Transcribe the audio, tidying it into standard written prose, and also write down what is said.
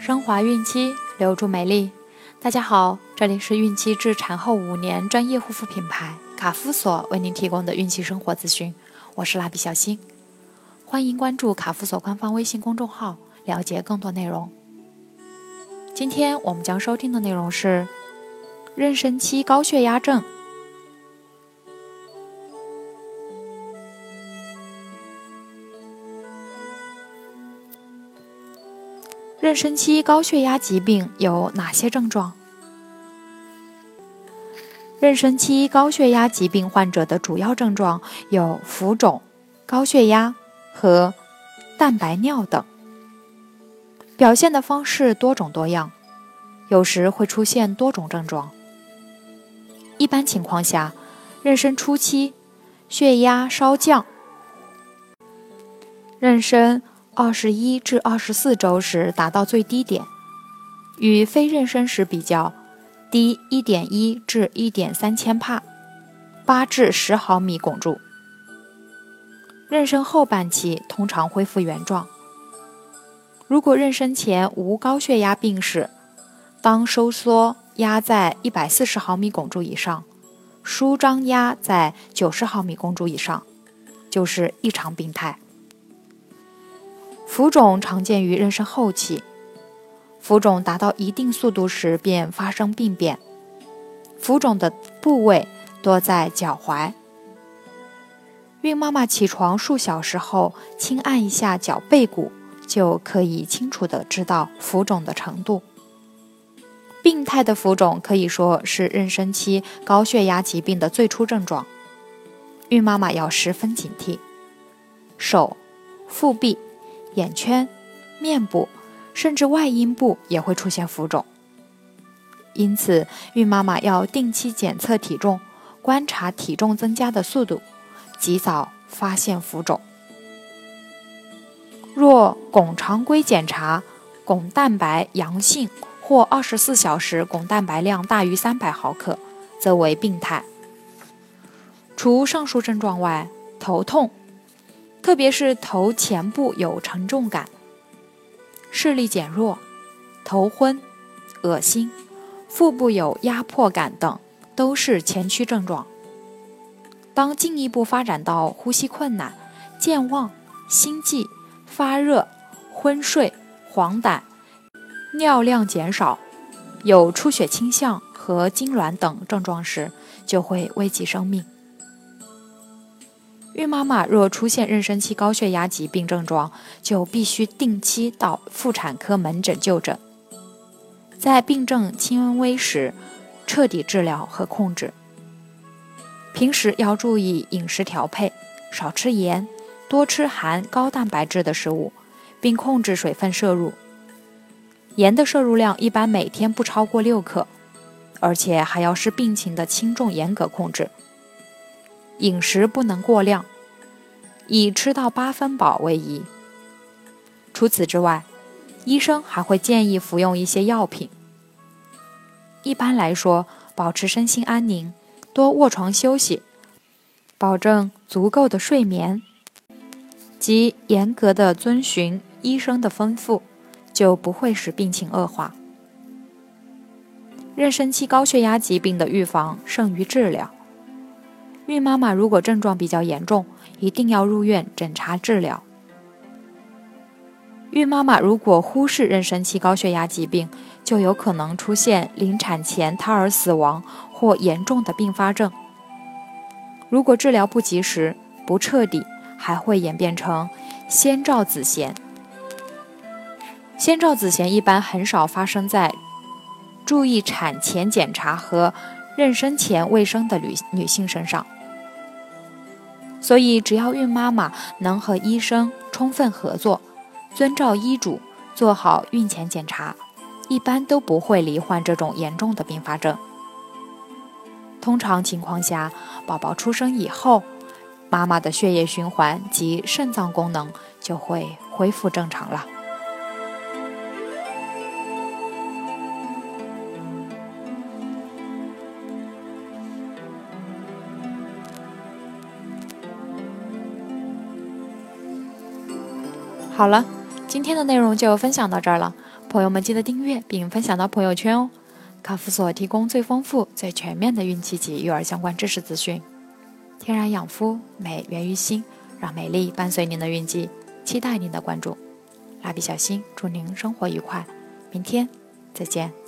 升华孕期，留住美丽。大家好，这里是孕期至产后5年专业护肤品牌卡夫索为您提供的孕期生活资讯，我是蜡笔小新。欢迎关注卡夫索官方微信公众号，了解更多内容。今天我们将收听的内容是妊娠期高血压症。妊娠期高血压疾病有哪些症状？妊娠期高血压疾病患者的主要症状有浮肿、高血压和蛋白尿等，表现的方式多种多样，有时会出现多种症状。一般情况下，妊娠初期血压稍降，妊娠21至24周时达到最低点，与非妊娠时比较低 1.1 至 1.3 千帕，8至10毫米汞柱。妊娠后半期通常恢复原状。如果妊娠前无高血压病史，当收缩压在140毫米汞柱以上，舒张压在90毫米汞柱以上，就是异常病态。浮肿常见于妊娠后期，浮肿达到一定速度时便发生病变，浮肿的部位多在脚踝。孕妈妈起床数小时后，轻按一下脚背骨，就可以清楚地知道浮肿的程度。病态的浮肿可以说是妊娠期高血压疾病的最初症状，孕妈妈要十分警惕。手、腹壁、眼圈、面部甚至外阴部也会出现浮肿，因此孕妈妈要定期检测体重，观察体重增加的速度，及早发现浮肿。若汞常规检查汞蛋白阳性或24小时汞蛋白量大于300毫克，则为病态。除上述症状外，头痛，特别是头前部有沉重感，视力减弱、头昏、恶心、腹部有压迫感等，都是前驱症状。当进一步发展到呼吸困难、健忘、心悸、发热、昏睡、黄疸、尿量减少、有出血倾向和痉挛等症状时，就会危及生命。孕妈妈若出现妊娠期高血压疾病症状，就必须定期到妇产科门诊就诊，在病症轻微时彻底治疗和控制。平时要注意饮食调配，少吃盐，多吃含高蛋白质的食物，并控制水分摄入。盐的摄入量一般每天不超过6克，而且还要视病情的轻重严格控制。饮食不能过量，以吃到8分饱为宜。除此之外，医生还会建议服用一些药品。一般来说，保持身心安宁，多卧床休息，保证足够的睡眠，及严格的遵循医生的吩咐，就不会使病情恶化。妊娠期高血压疾病的预防胜于治疗。孕妈妈如果症状比较严重，一定要入院诊查治疗。孕妈妈如果忽视妊娠期高血压疾病，就有可能出现临产前胎儿死亡或严重的并发症。如果治疗不及时、不彻底，还会演变成先兆子痫。先兆子痫一般很少发生在注意产前检查和妊娠前卫生的女性身上。所以只要孕妈妈能和医生充分合作，遵照医嘱做好孕前检查，一般都不会罹患这种严重的并发症。通常情况下，宝宝出生以后，妈妈的血液循环及肾脏功能就会恢复正常了。好了，今天的内容就分享到这儿了。 朋友们记得订阅并分享到朋友圈哦。卡夫所提供最丰富、最全面的孕期及育儿相关知识资讯。天然养肤，美源于心，让美丽伴随您的孕期，期待您的关注。蜡笔小新祝您生活愉快，明天再见。